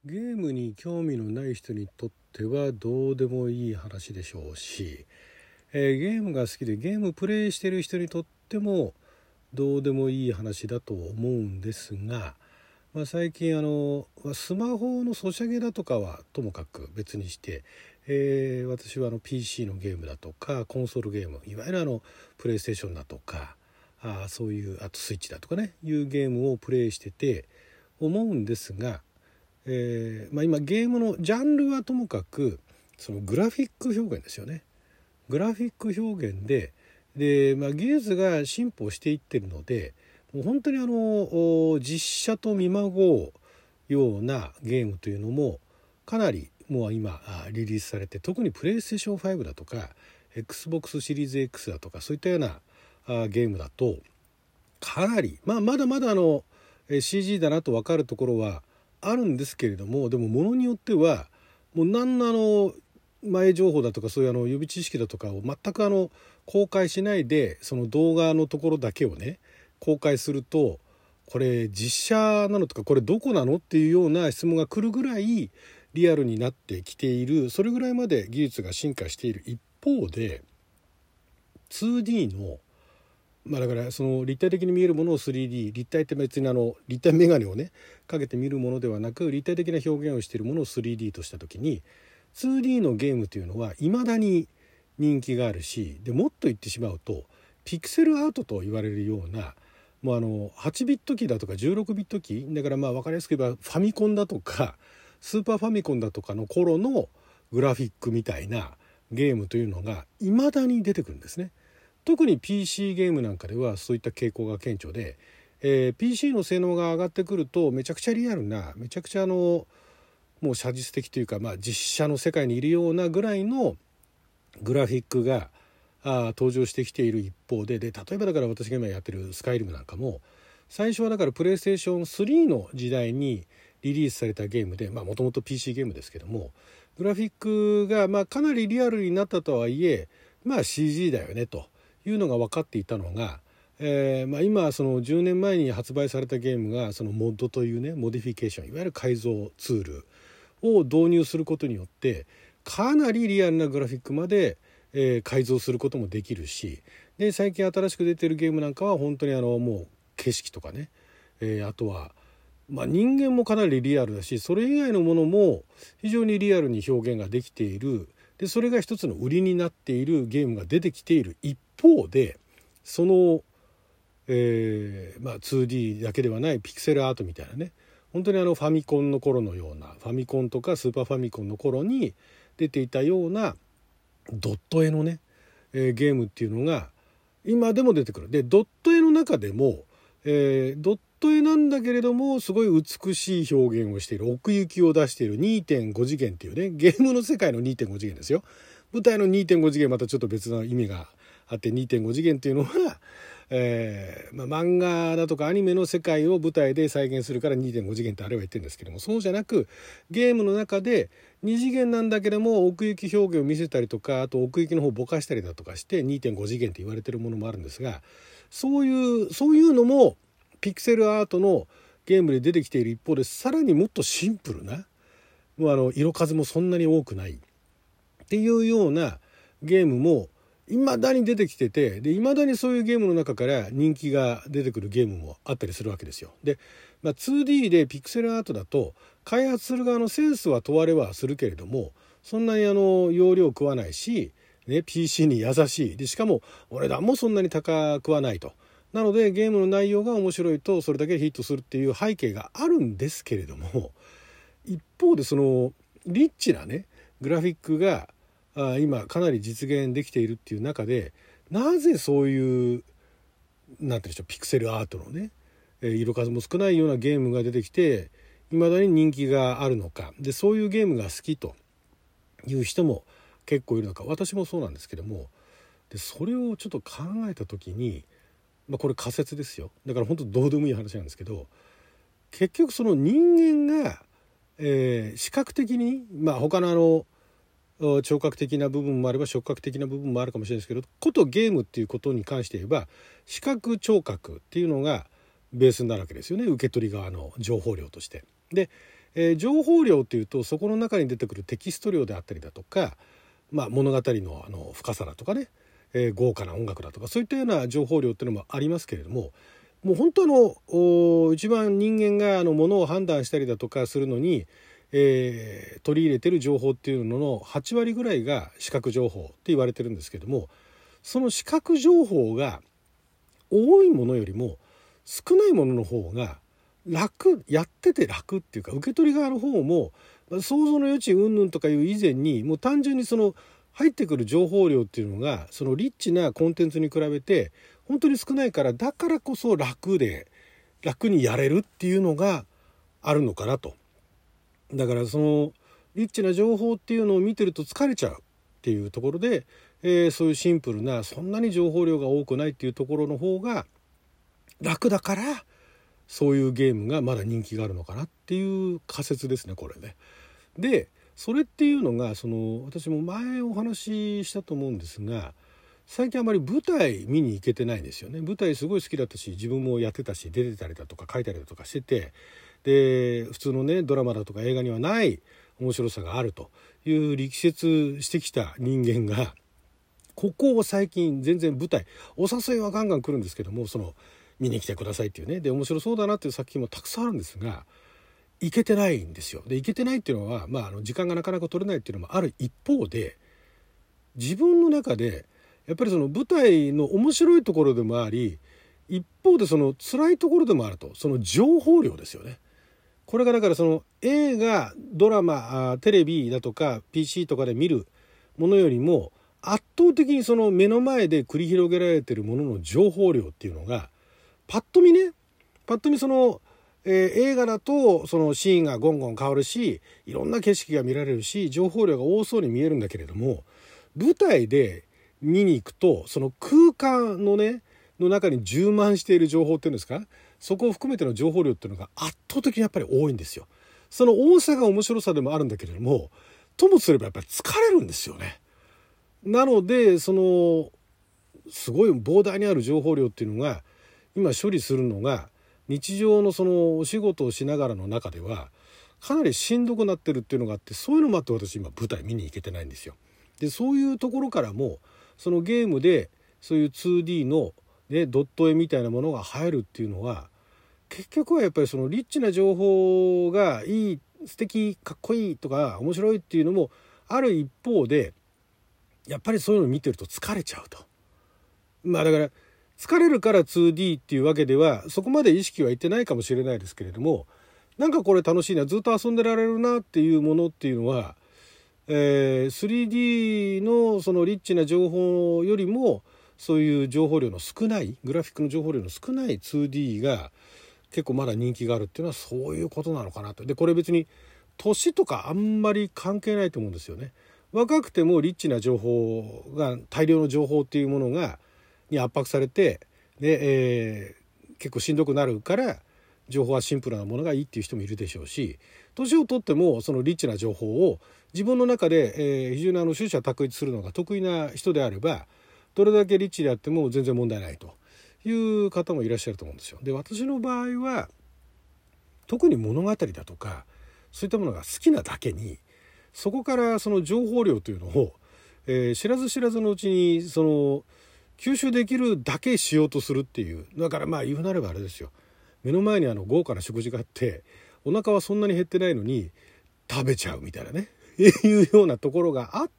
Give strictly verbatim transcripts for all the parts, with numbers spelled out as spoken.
ゲームに興味のない人にとってはどうでもいい話でしょうし、えーゲームが好きでゲームプレイしてる人にとってもどうでもいい話だと思うんですが、まあ、最近あのスマホのソシャゲだとかはともかく別にして、えー私はあの ピーシー のゲームだとかコンソールゲーム、いわゆるあのプレイステーションだとかあそういうあとスイッチだとかねいうゲームをプレイしてて思うんですが、えーまあ、今ゲームのジャンルはともかくそのグラフィック表現ですよね。グラフィック表現でで、まあ、技術が進歩していってるのでもう本当にあの実写と見まごうようなゲームというのもかなりもう今リリースされて、特にプレイステーションファイブだとか Xbox シリーズ X だとかそういったようなゲームだとかなり、まあ、まだまだあの シージー だなと分かるところはあるんですけれども、でもものによってはもう何のあの前情報だとかそういうあの予備知識だとかを全くあの公開しないでその動画のところだけをね公開すると、これ実写なのとかこれどこなのっていうような質問が来るぐらいリアルになってきている、それぐらいまで技術が進化している一方で ツーディー のまあ、だからその立体的に見えるものを スリーディー 立体って別にあの立体メガネをねかけて見るものではなく立体的な表現をしているものを スリーディー とした時に ツーディー のゲームというのはいまだに人気があるし、でもっと言ってしまうとピクセルアートと言われるようなもうあのはちビット機だとかじゅうろくビット機だから、まあ分かりやすく言えばファミコンだとかスーパーファミコンだとかの頃のグラフィックみたいなゲームというのがいまだに出てくるんですね。特に ピーシー ゲームなんかではそういった傾向が顕著で、えー、ピーシー の性能が上がってくるとめちゃくちゃリアルなめちゃくちゃあのもう写実的というか、まあ、実写の世界にいるようなぐらいのグラフィックがあ登場してきている一方で、で例えばだから私が今やってるスカイリムなんかも最初はだからプレイステーションスリーの時代にリリースされたゲームで、まあもともと ピーシー ゲームですけどもグラフィックがまあかなりリアルになったとはいえまあ シージー だよねというのが分かっていたのが、えーまあ、今そのじゅうねんまえに発売されたゲームがそのモッドというねモディフィケーションいわゆる改造ツールを導入することによってかなりリアルなグラフィックまで、えー、改造することもできるし、で最近新しく出てるゲームなんかは本当にあのもう景色とかね、えー、あとはまあ、人間もかなりリアルだしそれ以外のものも非常にリアルに表現ができている。でそれが一つの売りになっているゲームが出てきている一方で、その、えーまあ、ツーディー だけではないピクセルアートみたいなね本当にあのファミコンの頃のようなファミコンとかスーパーファミコンの頃に出ていたようなドット絵のね、えー、ゲームっていうのが今でも出てくる。でドット絵の中でも、えー、ドット絵なんだけれどもすごい美しい表現をしている奥行きを出している にてんご 次元っていうねゲームの世界の にてんご 次元ですよ。舞台の にてんご 次元またちょっと別な意味があって にてんご 次元っていうのは、えーまあ、漫画だとかアニメの世界を舞台で再現するから にてんご 次元ってあれは言ってるんですけども、そうじゃなくゲームの中でに次元なんだけども奥行き表現を見せたりとかあと奥行きの方をぼかしたりだとかして にてんご 次元って言われてるものもあるんですが、そういうそういうのもピクセルアートのゲームで出てきている一方でさらにもっとシンプルなもうあの色数もそんなに多くないっていうようなゲームも未だに出てきてて、で未だにそういうゲームの中から人気が出てくるゲームもあったりするわけですよ。で、まあ、ツーディー でピクセルアートだと開発する側のセンスは問われはするけれどもそんなにあの容量食わないし、ね、ピーシー に優しいでしかもお値段もそんなに高くはないと。なのでゲームの内容が面白いとそれだけでヒットするっていう背景があるんですけれども、一方でそのリッチなねグラフィックが今かなり実現できているっていう中でなぜそういうなんていうんでしょうピクセルアートのね色数も少ないようなゲームが出てきて未だに人気があるのか、でそういうゲームが好きという人も結構いるのか、私もそうなんですけども、でそれをちょっと考えた時にまあ、これ仮説ですよ。だから本当どうでもいい話なんですけど、結局その人間が、えー、視覚的に、まあ、他のあの聴覚的な部分もあれば触覚的な部分もあるかもしれないですけど、ことゲームっていうことに関して言えば視覚聴覚っていうのがベースになるわけですよね、受け取り側の情報量として。で、 えー、情報量っていうとそこの中に出てくるテキスト量であったりだとか、まあ、物語の、あの深さだとかね、えー、豪華な音楽だとかそういったような情報量っていうのもありますけれども、もう本当の一番人間があのものを判断したりだとかするのに、えー、取り入れてる情報っていうののはち割ぐらいが視覚情報って言われてるんですけども、その視覚情報が多いものよりも少ないものの方が楽、やってて楽っていうか、受け取り側の方も想像の余地云々とかいう以前に、もう単純にその入ってくる情報量っていうのがそのリッチなコンテンツに比べて本当に少ないから、だからこそ楽で楽にやれるっていうのがあるのかなと。だからそのリッチな情報っていうのを見てると疲れちゃうっていうところで、えー、そういうシンプルなそんなに情報量が多くないっていうところの方が楽だから、そういうゲームがまだ人気があるのかなっていう仮説ですね、これね。でそれっていうのが、その私も前お話ししたと思うんですが、最近あまり舞台見に行けてないんですよね。舞台すごい好きだったし、自分もやってたし、出てたりだとか書いたりだとかしてて、で普通のねドラマだとか映画にはない面白さがあるという力説してきた人間が、ここ最近全然舞台、お誘いはガンガン来るんですけども、その見に来てくださいっていうね、で面白そうだなっていう作品もたくさんあるんですが、行けてないんですよ。で行けてないっていうのは、まあ、あの時間がなかなか取れないっていうのもある一方で、自分の中でやっぱりその舞台の面白いところでもあり、一方でその辛いところでもあると、その情報量ですよね。これがだからその映画、ドラマ、テレビだとか ピーシー とかで見るものよりも圧倒的にその目の前で繰り広げられているものの情報量っていうのが、パッと見ね、パッと見その、えー、映画だとそのシーンがゴンゴン変わるし、いろんな景色が見られるし、情報量が多そうに見えるんだけれども、舞台で見に行くとその空間のねの中に充満している情報っていうんですか、そこを含めての情報量っていうのが圧倒的にやっぱり多いんですよ。その多さが面白さでもあるんだけれども、ともすればやっぱり疲れるんですよね。なのでそのすごい膨大にある情報量っていうのが今処理するのが、日常のそのお仕事をしながらの中ではかなりしんどくなってるっていうのがあって、そういうのもあって私今舞台見に行けてないんですよ。でそういうところからも、そのゲームでそういう ツーディー の、ね、ドット絵みたいなものが入るっていうのは、結局はやっぱりそのリッチな情報がいい、素敵、かっこいいとか面白いっていうのもある一方で、やっぱりそういうのを見てると疲れちゃうと。まあだから疲れるから ツーディー っていうわけではそこまで意識はいってないかもしれないですけれども、なんかこれ楽しいな、ずっと遊んでられるなっていうものっていうのは、えー、スリーディー のそのリッチな情報よりもそういう情報量の少ない、グラフィックの情報量の少ない ツーディー が結構まだ人気があるっていうのはそういうことなのかなと。でこれ別に年とかあんまり関係ないと思うんですよね。若くてもリッチな情報が、大量の情報っていうものがに圧迫されて、で、えー、結構しんどくなるから情報はシンプルなものがいいっていう人もいるでしょうし、年をとってもそのリッチな情報を自分の中で、えー、非常にあの取捨択一するのが得意な人であれば、どれだけリッチであっても全然問題ないという方もいらっしゃると思うんですよ。で私の場合は特に物語だとかそういったものが好きなだけに、そこからその情報量というのを、えー、知らず知らずのうちにその吸収できるだけしようとするっていう。だからまあ言うなればあれですよ、目の前にあの豪華な食事があってお腹はそんなに減ってないのに食べちゃうみたいなねいうようなところがあって、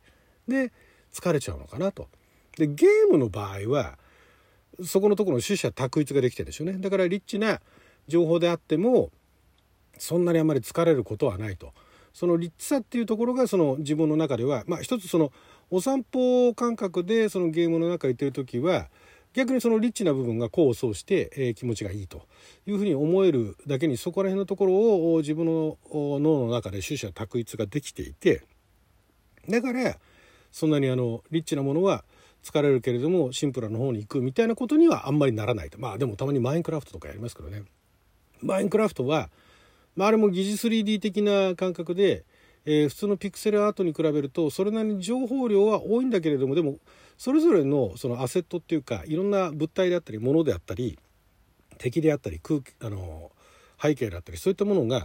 で疲れちゃうのかなと。でゲームの場合はそこのところの取捨択一ができてるでしょうね。だからリッチな情報であってもそんなにあんまり疲れることはないと。そのリッチさっていうところがその自分の中では、まあ一つそのお散歩感覚でそのゲームの中にいてる時は逆にそのリッチな部分が功を奏して、えー、気持ちがいいというふうに思えるだけに、そこら辺のところを自分の脳の中で取捨択一ができていて、だからそんなにあのリッチなものは疲れるけれどもシンプルな方に行くみたいなことにはあんまりならないと。まあでもたまにマインクラフトとかやりますけどね。マインクラフトは、まあ、あれも疑似 スリーディー 的な感覚で、えー、普通のピクセルアートに比べるとそれなりに情報量は多いんだけれども、でもそれぞれのそのアセットっていうか、いろんな物体であったり物であったり敵であったり空気あの背景であったり、そういったものが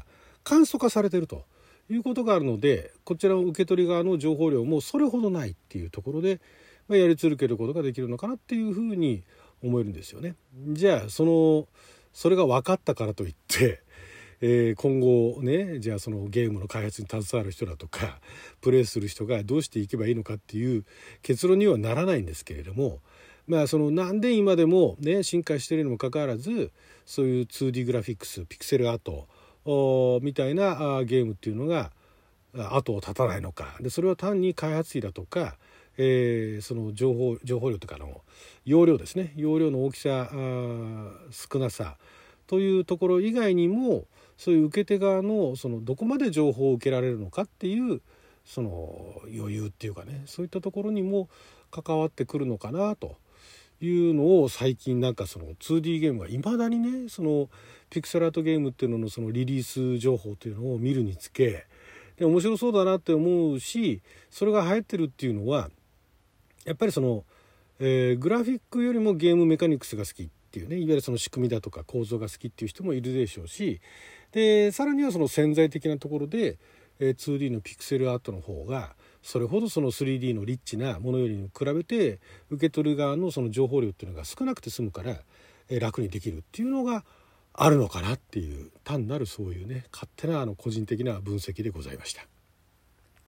簡素化されているということがあるので、こちらの受け取り側の情報量もそれほどないっていうところで、まあ、やり続けることができるのかなっていうふうに思えるんですよね。じゃあそのそれが分かったからといって、えー、今後ね、じゃあそのゲームの開発に携わる人だとかプレイする人がどうしていけばいいのかっていう結論にはならないんですけれども、まあそのなんで今でもね進化しているにもかかわらず、そういう ツーディー グラフィックス、ピクセルアートみたいなゲームっていうのが後を絶たないのか。でそれは単に開発費だとか、えー、その情報情報量というかの容量ですね、容量の大きさ、少なさというところ以外にも、そういう受け手側のそのどこまで情報を受けられるのかっていうその余裕っていうかね、そういったところにも関わってくるのかなというのを、最近なんかその ツーディー ゲームがいまだにね、そのピクセルアートゲームっていうののそのリリース情報というのを見るにつけ、で面白そうだなって思うし、それが流行ってるっていうのはやっぱりその、えー、グラフィックよりもゲームメカニクスが好きっていうね、いわゆるその仕組みだとか構造が好きっていう人もいるでしょうし、でさらにはその潜在的なところで、えー、ツーディー のピクセルアートの方がそれほどその スリーディー のリッチなものよりに比べて受け取る側のその情報量っていうのが少なくて済むから、えー、楽にできるっていうのがあるのかなっていう、単なるそういうね勝手なあの個人的な分析でございました。